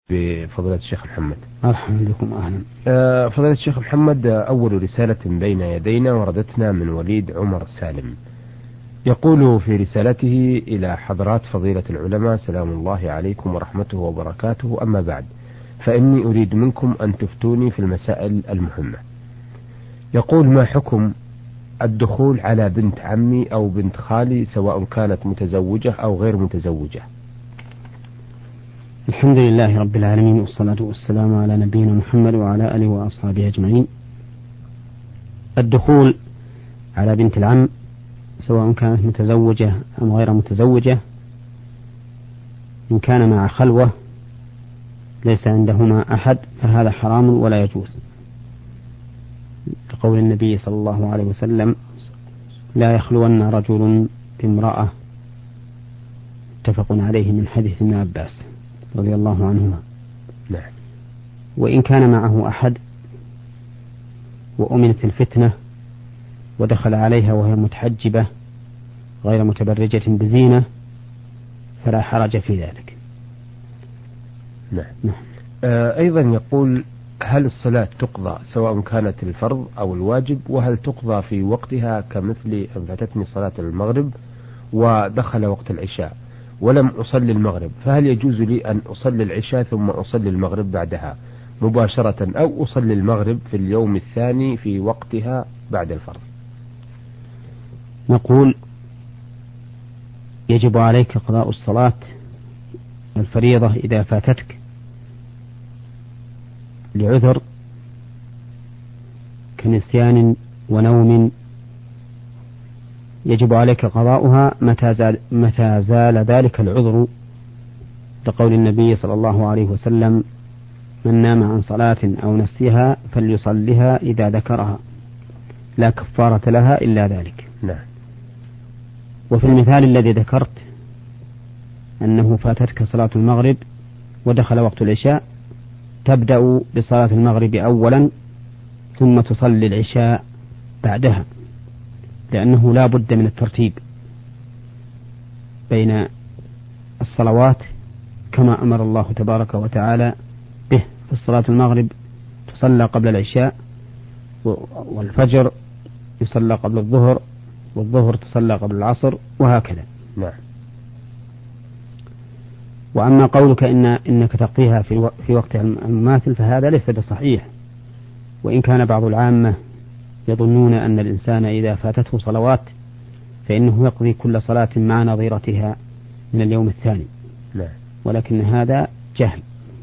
بفضيلة الشيخ محمد. مرحبا بكم أهلا. فضيلة الشيخ محمد، أول رسالة بين يدينا وردتنا من وليد عمر سالم، يقول في رسالته: إلى حضرات فضيلة العلماء، سلام الله عليكم ورحمته وبركاته، أما بعد، فإني أريد منكم أن تفتوني في المسائل المهمة. يقول: ما حكم الدخول على بنت عمي أو بنت خالي سواء كانت متزوجة أو غير متزوجة؟ الحمد لله رب العالمين، والصلاة والسلام على نبينا محمد وعلى آله وأصحابه أجمعين. الدخول على بنت العم سواء كانت متزوجة أم غير متزوجة، إن كان مع خلوة ليس عندهما أحد فهذا حرام ولا يجوز، لقول النبي صلى الله عليه وسلم: لا يخلون رجل بامرأة، متفق عليه، من حديث ابن عباس رضي الله عنهما. نعم. وإن كان معه أحد وأمنت الفتنة ودخل عليها وهي متحجبة غير متبرجة بزينة فلا حرج في ذلك. نعم. أيضا يقول: هل الصلاة تقضى سواء كانت الفرض أو الواجب؟ وهل تقضى في وقتها كمثل أن فاتتني صلاة المغرب ودخل وقت العشاء ولم أصلي المغرب، فهل يجوز لي أن أصلي العشاء ثم أصلي المغرب بعدها مباشرة، أو أصلي المغرب في اليوم الثاني في وقتها بعد الفرض؟ نقول: يجب عليك قضاء الصلاة الفريضة إذا فاتتك لعذر كنسيان ونوم، يجب عليك قضاؤها متى زال ذلك العذر، لقول النبي صلى الله عليه وسلم: من نام عن صلاة أو نسيها فليصلها إذا ذكرها، لا كفارة لها إلا ذلك. نعم. وفي المثال الذي ذكرت أنه فاتتك صلاة المغرب ودخل وقت العشاء، تبدأ بصلاة المغرب أولا ثم تصلي العشاء بعدها، لأنه لا بد من الترتيب بين الصلوات كما أمر الله تبارك وتعالى به. في الصلاة المغرب تصلى قبل العشاء، والفجر يصلى قبل الظهر، والظهر تصلى قبل العصر، وهكذا. نعم. وأما قولك إنك تقضيها في وقتها المماثل فهذا ليس بصحيح، وإن كان بعض العامة يظنون أن الإنسان إذا فاتته صلوات فإنه يقضي كل صلاة مع نظيرتها من اليوم الثاني. نعم. ولكن هذا جهل.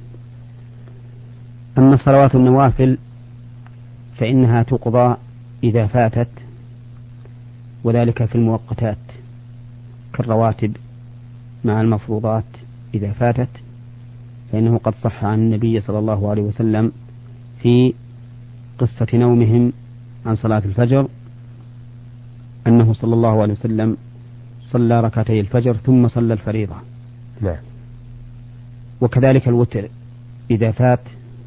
أما صلوات النوافل فإنها تقضى إذا فاتت، وذلك في المؤقتات كالرواتب مع المفروضات إذا فاتت، فإنه قد صح عن النبي صلى الله عليه وسلم في قصة نومهم عن صلاة الفجر أنه صلى الله عليه وسلم صلى ركعتي الفجر ثم صلى الفريضة. نعم. وكذلك الوتر إذا فات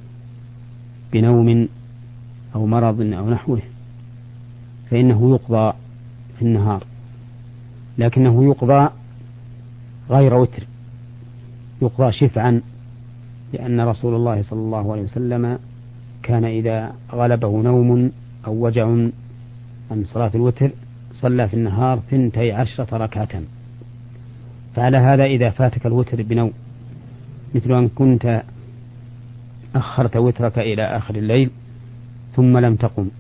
بنوم أو مرض أو نحوه فإنه يقضى في النهار، لكنه يقضى غير وتر، يقضى شفعا، لأن رسول الله صلى الله عليه وسلم كان إذا غلبه نوم أو وجع عن صلاة الوتر صلى في النهار 12 ركعة. فعلى هذا إذا فاتك الوتر بنوم، مثل أن كنت أخرت وترك إلى آخر الليل ثم لم تقم،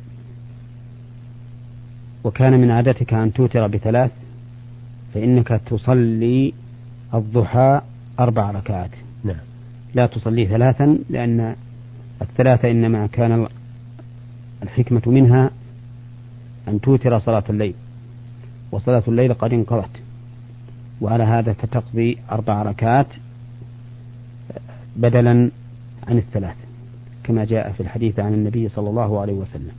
وكان من عادتك أن توتر ب3، فإنك تصلي الضحى 4 ركعات. نعم. لا تصلي 3، لأن 3 إنما كان الحكمة منها أن توتر صلاة الليل، وصلاة الليل قد انقضت، وعلى هذا فتقضي 4 ركعات بدلا عن 3 كما جاء في الحديث عن النبي صلى الله عليه وسلم.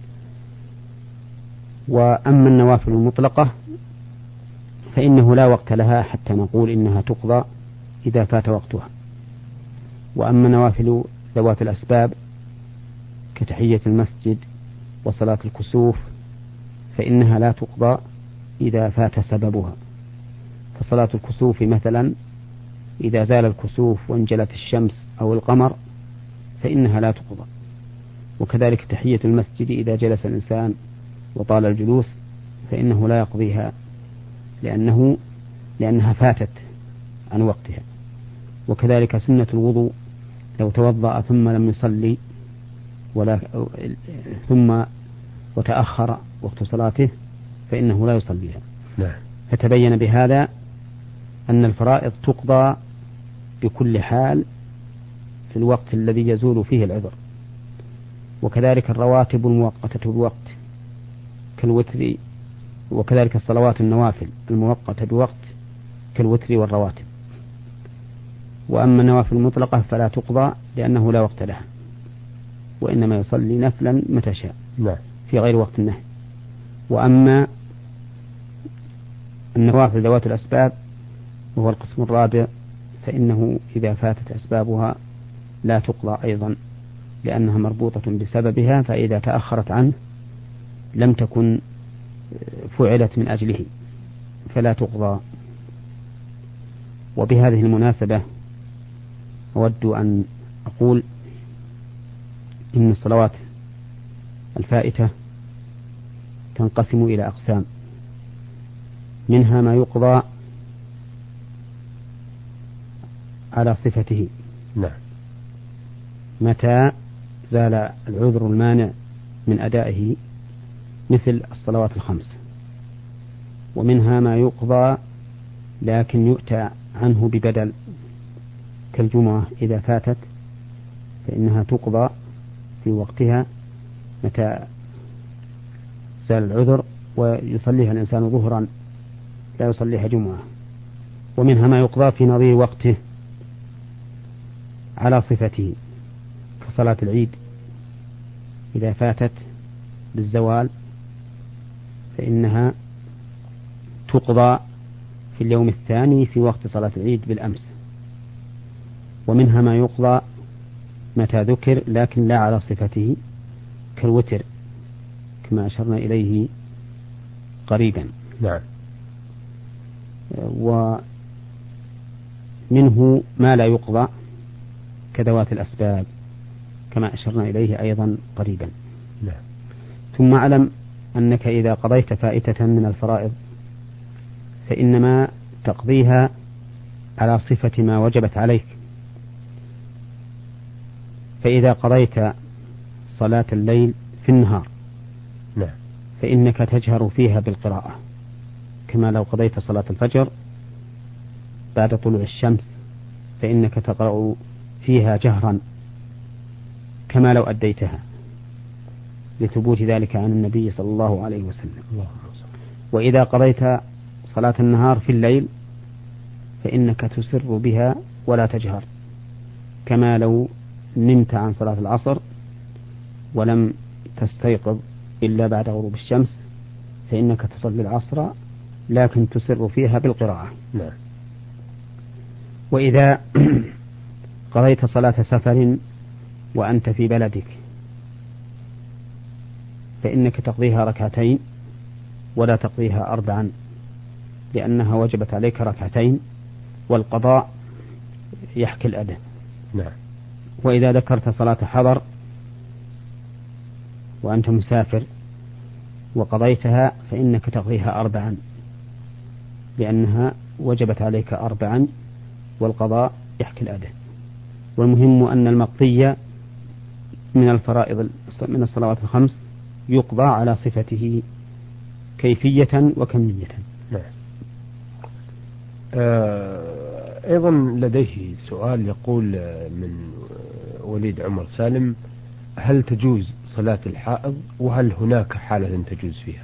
وأما النوافل المطلقة فإنه لا وقت لها حتى نقول إنها تقضى إذا فات وقتها. وأما نوافل ذوات الأسباب كتحية المسجد وصلاة الكسوف فإنها لا تقضى إذا فات سببها. فصلاة الكسوف مثلا إذا زال الكسوف وانجلت الشمس أو القمر فإنها لا تقضى. وكذلك تحية المسجد إذا جلس الإنسان وطال الجلوس فإنه لا يقضيها لأنها فاتت عن وقتها. وكذلك سنة الوضوء لو توضأ ثم لم يصلي ثم وتأخر وقت صلاته فإنه لا يصليها. فتبين بهذا أن الفرائض تقضى بكل حال في الوقت الذي يزول فيه العذر. وكذلك الرواتب المؤقتة بوقت كالوتر، وكذلك الصلوات النوافل المؤقتة بوقت كالوتر والرواتب. وأما النوافل المطلقة فلا تقضى لأنه لا وقت لها، وإنما يصلي نفلا متى شاء في غير وقت النهي. وأما النوافل ذوات الأسباب وهو القسم الرابع فإنه إذا فاتت أسبابها لا تقضى أيضا لأنها مربوطة بسببها، فإذا تأخرت عنه لم تكن فعلت من أجله فلا تقضى. وبهذه المناسبة أود أن أقول إن الصلوات الفائتة تنقسم إلى أقسام، منها ما يقضى على صفته متى زال العذر المانع من أدائه مثل الصلوات الخمس، ومنها ما يقضى لكن يؤتى عنه ببدل كالجمعة إذا فاتت فإنها تقضى في وقتها متى زال العذر ويصليها الإنسان ظهرا لا يصليها جمعة. ومنها ما يقضى في نظير وقته على صفته كصلاة العيد إذا فاتت بالزوال فإنها تقضى في اليوم الثاني في وقت صلاة العيد بالأمس. ومنها ما يقضى متى ذكر لكن لا على صفته كالوتر كما أشرنا إليه قريبا. ومنه ما لا يقضى كذوات الأسباب كما أشرنا إليه أيضا قريبا. ثم اعلم أنك إذا قضيت فائتة من الفرائض فإنما تقضيها على صفة ما وجبت عليك. فإذا قضيت صلاة الليل في النهار فإنك تجهر فيها بالقراءة كما لو قضيت صلاة الفجر بعد طلوع الشمس فإنك تقرأ فيها جهرا كما لو أديتها لثبوت ذلك عن النبي صلى الله عليه وسلم. وإذا قضيت صلاة النهار في الليل فإنك تسر بها ولا تجهر كما لو نمت عن صلاة العصر ولم تستيقظ إلا بعد غروب الشمس فإنك تصلي العصر لكن تسر فيها بالقراءة. وإذا قضيت صلاة سفر وأنت في بلدك فإنك تقضيها ركعتين ولا تقضيها 4 لأنها وجبت عليك ركعتين والقضاء يحكي الأداء. وإذا ذكرت صلاة حضر وأنت مسافر وقضيتها فإنك تقضيها 4 لأنها وجبت عليك 4 والقضاء يحكي الأداء. والمهم أن المقضي من الفرائض من الصلوات الخمس يقضى على صفته كيفية وكمية. أيضا لديه سؤال يقول من وليد عمر سالم: هل تجوز صلاة الحائض وهل هناك حالة تجوز فيها؟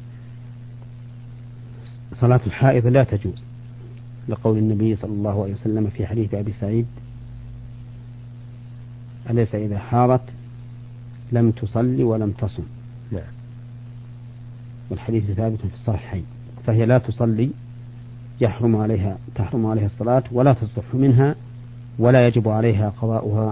صلاة الحائض لا تجوز لقول النبي صلى الله عليه وسلم في حديث أبي سعيد: أليس إذا حارت لم تصلي ولم تصم. والحديث ثابت في الصحيحين. فهي لا تصلي تحرم عليها الصلاة ولا تصح منها ولا يجب عليها قضاؤها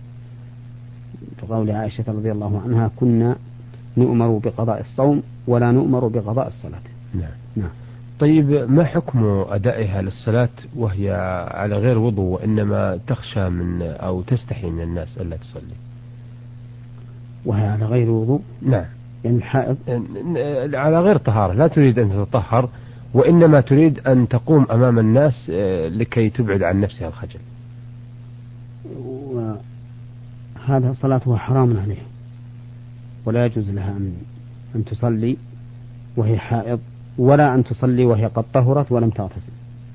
كقول عائشة رضي الله عنها: كنا نؤمر بقضاء الصوم ولا نؤمر بقضاء الصلاة. طيب ما حكم أدائها للصلاة وهي على غير وضوء وإنما تخشى من أو تستحي من الناس ألا تصلي؟ وهي على غير وضوء؟ نعم. يعني الحائض على غير طهارة، لا تريد أن تتطهر وإنما تريد أن تقوم أمام الناس لكي تبعد عن نفسها الخجل. وهذا صلاتها حرام عليها، ولا يجوز لها أن تصلي وهي حائض، ولا أن تصلي وهي قد طهرت ولم تغتسل.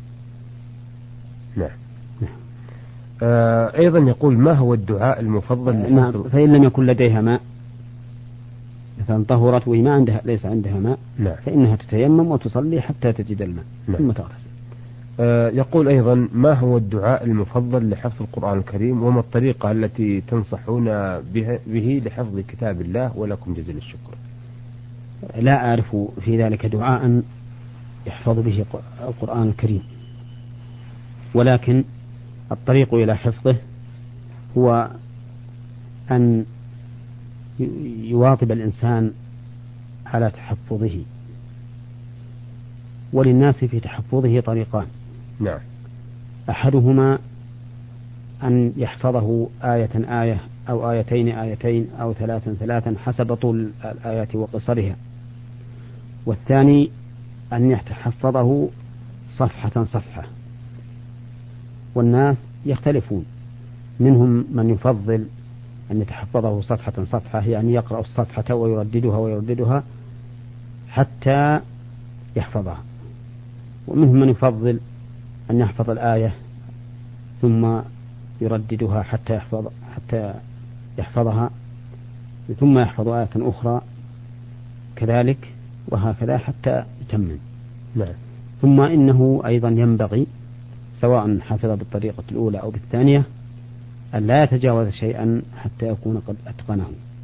نعم. أيضا يقول ما هو الدعاء المفضل؟ نعم، فإن لم يكن لديها ماء، مثلا طهرت وهي ما عندها، ليس عندها ماء، نعم، فإنها تتيمم وتصلي حتى تجد الماء، نعم، ثم تغتسل. يقول أيضا ما هو الدعاء المفضل لحفظ القرآن الكريم، وما الطريقة التي تنصحون به لحفظ كتاب الله، ولكم جزيل الشكر. لا أعرف في ذلك دعاء يحفظ به القرآن الكريم، ولكن الطريق إلى حفظه هو أن يواظب الإنسان على تحفظه، وللناس في تحفظه طريقان. نعم. أحدهما أن يحفظه آية آية أو آيتين آيتين أو ثلاثا ثلاثا حسب طول الآيات وقصرها، والثاني أن يتحفظه صفحة صفحة. والناس يختلفون، منهم من يفضل أن يتحفظه صفحة صفحة، يعني يقرأ الصفحة ويرددها ويرددها حتى يحفظها، ومنهم من يفضل أن يحفظ الآية ثم يرددها حتى يحفظها، ثم يحفظ آية أخرى كذلك، وهكذا حتى يتمم. نعم. ثم إنه أيضا ينبغي سواء حفظ بالطريقة الأولى أو بالثانية أن لا يتجاوز شيئا حتى يكون قد أتقنه،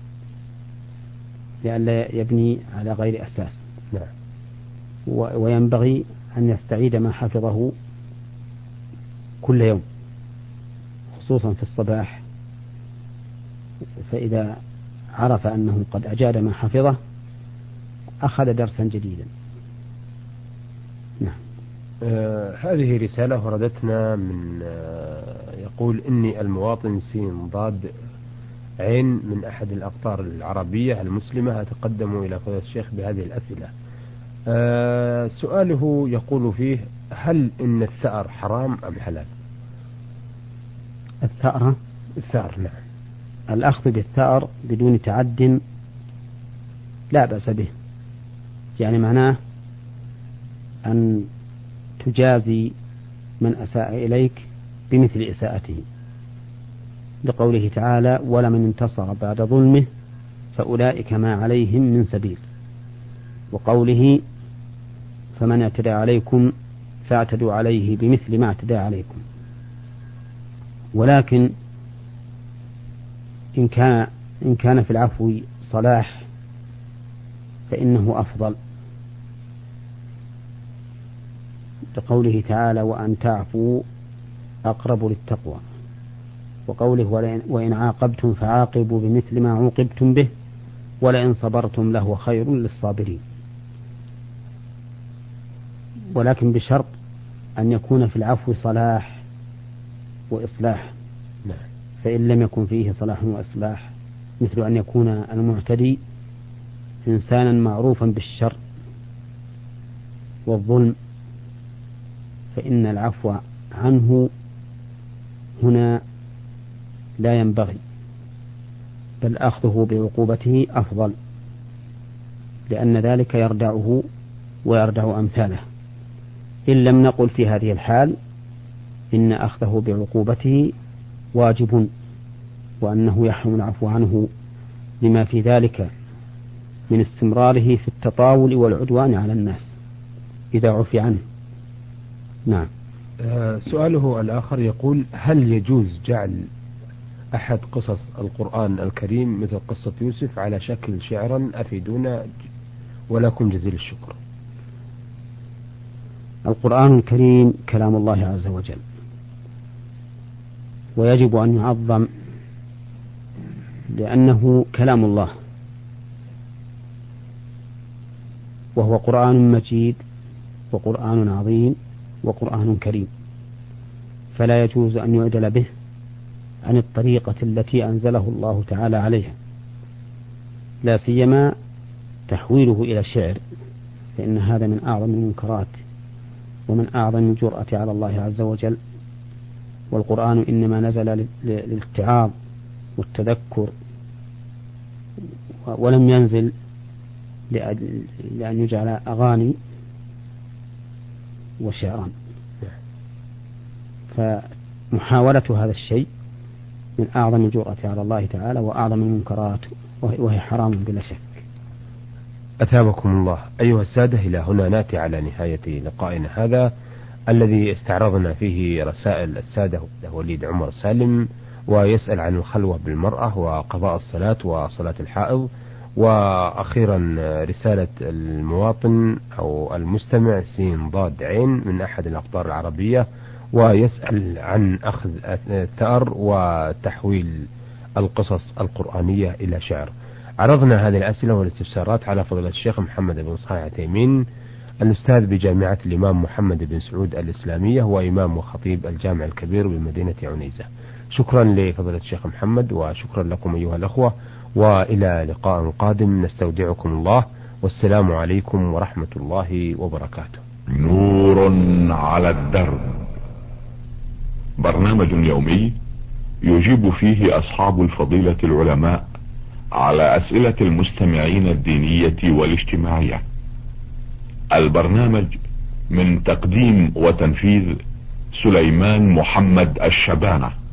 لئلا يبني على غير أساس. نعم. وينبغي أن يستعيد ما حفظه كل يوم، خصوصا في الصباح، فإذا عرف أنه قد أجاد ما حفظه أخذ درسا جديدا. نعم. هذه رسالة وردتنا من يقول إني المواطن سين ضاد عين من أحد الأقطار العربية المسلمة، أتقدم إلى فضيلة الشيخ بهذه الأسئلة. سؤاله يقول فيه: هل إن الثأر حرام أم حلال؟ الثأر نعم. الأخذ بالثأر بدون تعد لا بأس به، يعني معناه أن تجازي من أساء إليك بمثل إساءته، لقوله تعالى: ولمن انتصر بعد ظلمه فأولئك ما عليهم من سبيل، وقوله: فمن اعتدى عليكم فاعتدوا عليه بمثل ما اعتدى عليكم. ولكن إن كان في العفو صلاح فإنه أفضل، لقوله تعالى: وأن تعفوا أقرب للتقوى، وقوله: وإن عاقبتم فعاقبوا بمثل ما عوقبتم به ولئن صبرتم لهو خير للصابرين. ولكن بشرط أن يكون في العفو صلاح وإصلاح، فإن لم يكن فيه صلاح وإصلاح، مثل أن يكون المعتدي إنسانا معروفا بالشر والظلم، فإن العفو عنه هنا لا ينبغي، بل أخذه بعقوبته أفضل، لأن ذلك يردعه ويردع أمثاله. إن لم نقل في هذه الحال إن أخذه بعقوبته واجب، وأنه يحرم العفو عنه لما في ذلك من استمراره في التطاول والعدوان على الناس إذا عفي عنه. نعم. سؤاله الآخر يقول: هل يجوز جعل أحد قصص القرآن الكريم مثل قصة يوسف على شكل شعرا؟ أفيدونا ولكم جزيل الشكر. القرآن الكريم كلام الله عز وجل، ويجب أن يعظم لأنه كلام الله، وهو قرآن مجيد وقرآن عظيم وقرآن كريم، فلا يجوز أن يعدل به عن الطريقة التي أنزله الله تعالى عليها، لا سيما تحويله إلى الشعر، فإن هذا من أعظم المنكرات ومن أعظم الجرأة على الله عز وجل. والقرآن إنما نزل للاتعاظ والتذكر، ولم ينزل لأن يجعل أغاني وشعرا. فمحاولة هذا الشيء من أعظم الجرأة على الله تعالى وأعظم المنكرات، وهي حرام بلا شك. أثابكم الله. أيها السادة، إلى هنا نأتي على نهاية لقائنا هذا الذي استعرضنا فيه رسائل السادة وليد عمر سالم، ويسأل عن الخلوة بالمرأة وقضاء الصلاة وصلاة الحائض، وأخيرا رسالة المواطن أو المستمع سين ضاد عين من أحد الأقطار العربية، ويسأل عن أخذ الثأر وتحويل القصص القرآنية إلى شعر. عرضنا هذه الأسئلة والاستفسارات على فضيلة الشيخ محمد بن صالح عثيمين، الأستاذ بجامعة الإمام محمد بن سعود الإسلامية، وإمام وخطيب الجامع الكبير بمدينة عنيزة. شكرا لفضيلة الشيخ محمد، وشكرا لكم أيها الأخوة، وإلى لقاء قادم نستودعكم الله، والسلام عليكم ورحمة الله وبركاته. نور على الدرب، برنامج يومي يجيب فيه أصحاب الفضيلة العلماء على أسئلة المستمعين الدينية والاجتماعية. البرنامج من تقديم وتنفيذ سليمان محمد الشبانة.